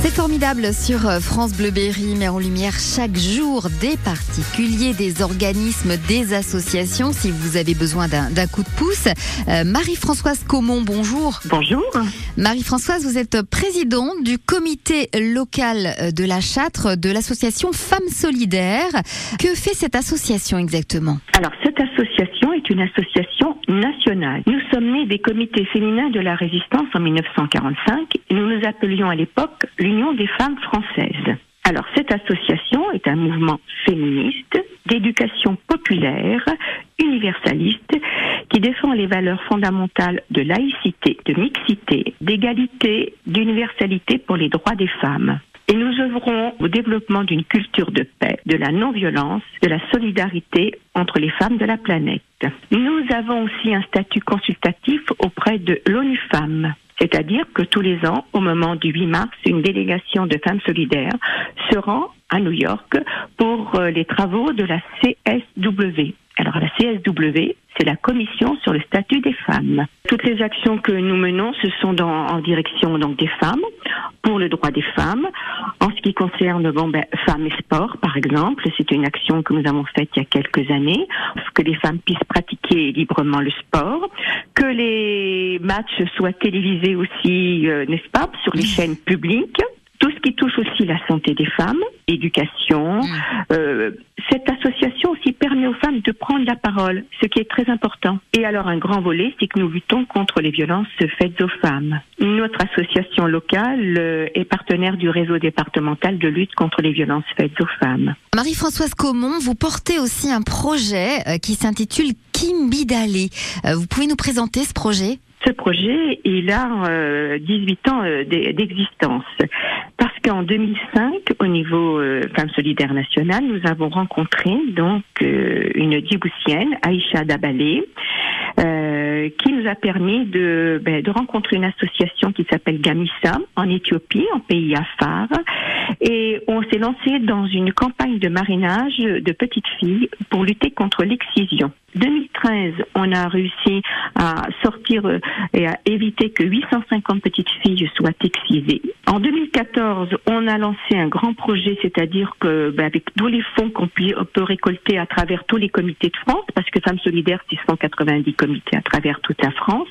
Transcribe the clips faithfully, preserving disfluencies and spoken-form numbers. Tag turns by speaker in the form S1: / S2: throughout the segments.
S1: C'est formidable sur France Bleu Berry, met en lumière chaque jour des particuliers, des organismes, des associations. Si vous avez besoin d'un, d'un coup de pouce, euh, Marie-Françoise Caumont, bonjour.
S2: Bonjour.
S1: Marie-Françoise, vous êtes présidente du comité local de la Châtre de l'association Femmes Solidaires. Que fait cette association exactement ?
S2: Alors, cette association est une association nationale. Nous sommes nés des comités féminins de la résistance en dix-neuf cent quarante-cinq et nous nous appelions à l'époque l'Union des femmes françaises. Alors, cette association est un mouvement féministe, d'éducation populaire, universaliste, qui défend les valeurs fondamentales de laïcité, de mixité, d'égalité, d'universalité pour les droits des femmes. Et nous œuvrons au développement d'une culture de paix, de la non-violence, de la solidarité entre les femmes de la planète. Nous avons aussi un statut consultatif auprès de l'ONU Femmes. C'est-à-dire que tous les ans, au moment du huit mars, une délégation de femmes solidaires se rend à New York pour les travaux de la C S W. Alors la C S W, c'est la Commission sur le statut des femmes. Toutes les actions que nous menons, ce sont dans, en direction donc des femmes, pour le droit des femmes. En ce qui concerne bon, ben, femmes et sport, par exemple, c'est une action que nous avons faite il y a quelques années, que les femmes puissent pratiquer librement le sport, que les matchs soient télévisés aussi, euh, n'est-ce pas, sur les chaînes publiques. Tout ce qui touche aussi la santé des femmes, éducation. Mmh. Euh, cette association aussi permet aux femmes de prendre la parole, ce qui est très important. Et alors un grand volet, c'est que nous luttons contre les violences faites aux femmes. Notre association locale euh, est partenaire du réseau départemental de lutte contre les violences faites aux femmes.
S1: Marie-Françoise Caumont, vous portez aussi un projet euh, qui s'intitule Kimbidalé. Euh, vous pouvez nous présenter ce projet ?
S2: Ce projet, il a euh, dix-huit ans euh, d'existence. Parce qu'en deux mille cinq, au niveau euh, Femmes Solidaires Nationales, nous avons rencontré donc euh, une Djiboutienne, Aïcha Dabalé, euh, qui nous a permis de, ben, de rencontrer une association qui s'appelle Gamissa, en Éthiopie, en pays Afar. Et on s'est lancé dans une campagne de marrainage de petites filles pour lutter contre l'excision. deux mille treize, on a réussi à sortir et à éviter que huit cent cinquante petites filles soient excisées. En deux mille quatorze, on a lancé un grand projet, c'est-à-dire que ben, avec tous les fonds qu'on peut récolter à travers tous les comités de France, parce que Femmes Solidaires, c'est cent quatre-vingt-dix comités à travers toute la France,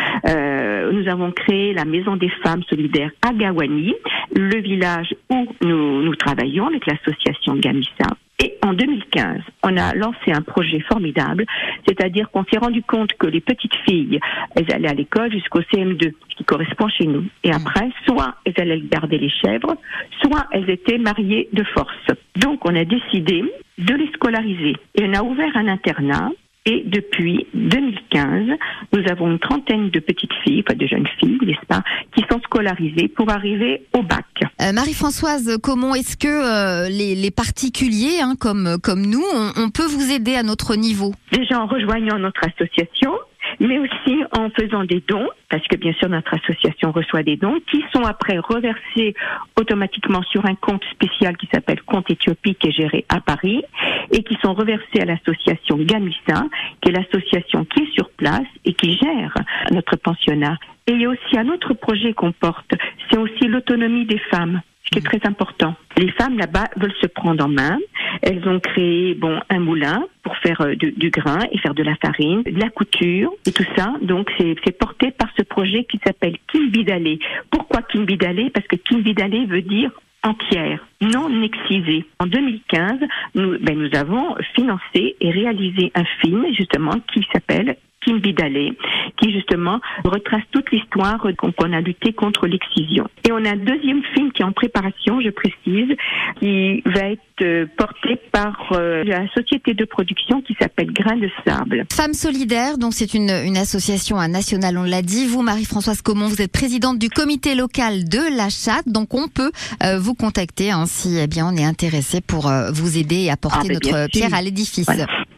S2: euh, nous avons créé la Maison des Femmes Solidaires à Gawani, le village où nous, nous travaillons avec l'association Gamissa. Et en deux mille quinze, on a lancé un projet formidable, c'est-à-dire qu'on s'est rendu compte que les petites filles, elles allaient à l'école jusqu'au C M deux, ce qui correspond chez nous. Et après, soit elles allaient garder les chèvres, soit elles étaient mariées de force. Donc on a décidé de les scolariser. Et on a ouvert un internat. Et depuis deux mille quinze, nous avons une trentaine de petites filles, enfin de jeunes filles, n'est-ce pas, qui sont scolarisées pour arriver au bac.
S1: Euh, Marie-Françoise Caumont, est-ce que euh, les, les particuliers, hein, comme, comme nous, on, on peut vous aider à notre niveau ?
S2: Déjà en rejoignant notre association, mais aussi en faisant des dons, parce que bien sûr notre association reçoit des dons, qui sont après reversés automatiquement sur un compte spécial qui s'appelle Compte Éthiopie, qui est géré à Paris, et qui sont reversés à l'association Gamissa, qui est l'association qui est sur place et qui gère notre pensionnat. Et il y a aussi un autre projet qu'on porte, c'est aussi l'autonomie des femmes, ce qui est très important. Les femmes là-bas veulent se prendre en main. Elles ont créé bon un moulin pour faire euh, du, du grain et faire de la farine, de la couture et tout ça. Donc c'est, c'est porté par ce projet qui s'appelle Kimbidalé. Pourquoi Kimbidalé ? Parce que Kimbidalé veut dire entière, non excisée. En deux mille quinze, nous, ben, nous avons financé et réalisé un film justement qui s'appelle Kimbidalé, qui justement retrace toute l'histoire qu'on a lutté contre l'excision. Et on a un deuxième film qui est en préparation, je précise, qui va être porté par euh, la société de production qui s'appelle Grain de Sable.
S1: Femmes Solidaires, donc c'est une, une association nationale, on l'a dit. Vous, Marie-Françoise Caumont, vous êtes présidente du comité local de la Châtre, donc on peut euh, vous contacter hein, si eh bien, on est intéressé pour euh, vous aider et apporter
S2: ah, ben,
S1: notre pierre à l'édifice.
S2: Voilà.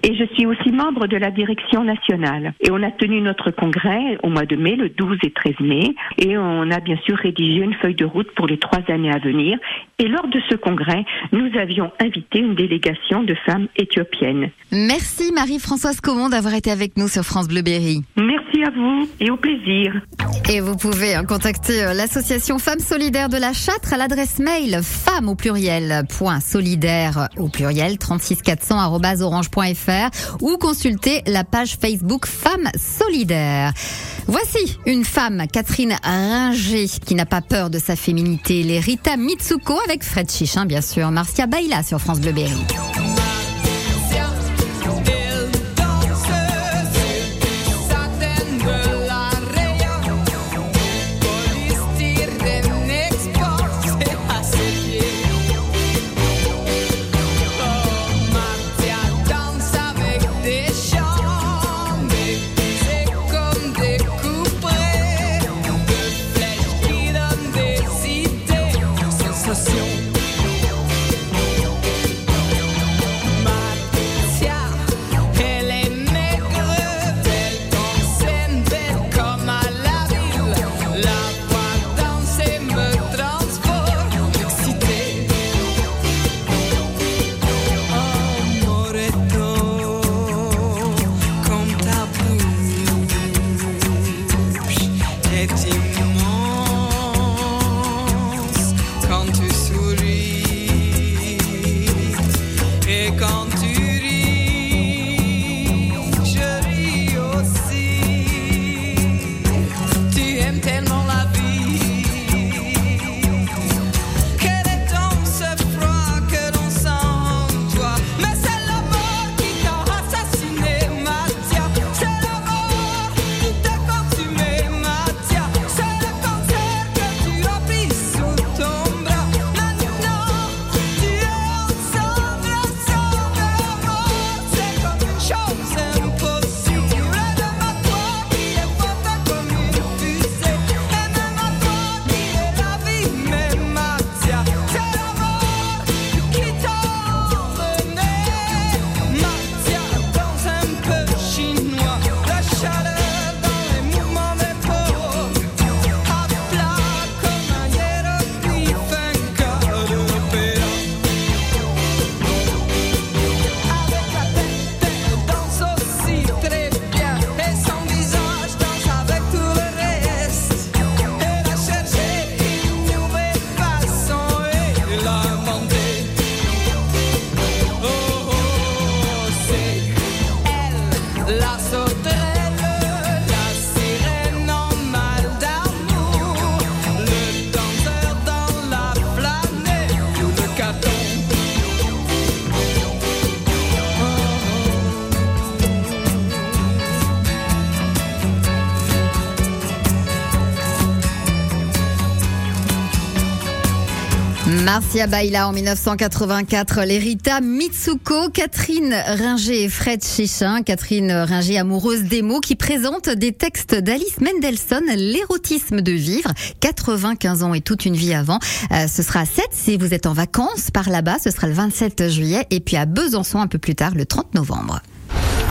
S2: Et je suis aussi membre de la direction nationale. Et on a tenu notre congrès au mois de mai, le douze et treize mai, et on a bien sûr rédigé une feuille de route pour les trois années à venir. Et lors de ce congrès, nous avions invité une délégation de femmes éthiopiennes.
S1: Merci Marie-Françoise Caumont d'avoir été avec nous sur France Bleu Berry.
S2: Merci à vous et au plaisir.
S1: Et vous pouvez contacter l'association Femmes Solidaires de la Châtre à l'adresse mail femmes au pluriel point solidaire au pluriel trente-six quatre cents arobase orange point fr ou consulter la page Facebook Femmes Solidaires. Voici une femme, Catherine Ringer, qui n'a pas peur de sa féminité. Les Rita Mitsuko avec Fred Chichin, bien sûr. Marcia Baila sur France Bleu Berry. Marcia Baila en dix-neuf cent quatre-vingt-quatre, les Rita Mitsuko, Catherine Ringer et Fred Chichin. Catherine Ringer, amoureuse des mots, qui présente des textes d'Alice Mendelssohn, l'érotisme de vivre, quatre-vingt-quinze ans et toute une vie avant. Euh, ce sera à Sète si vous êtes en vacances par là-bas, ce sera le vingt-sept juillet, et puis à Besançon un peu plus tard, le trente novembre.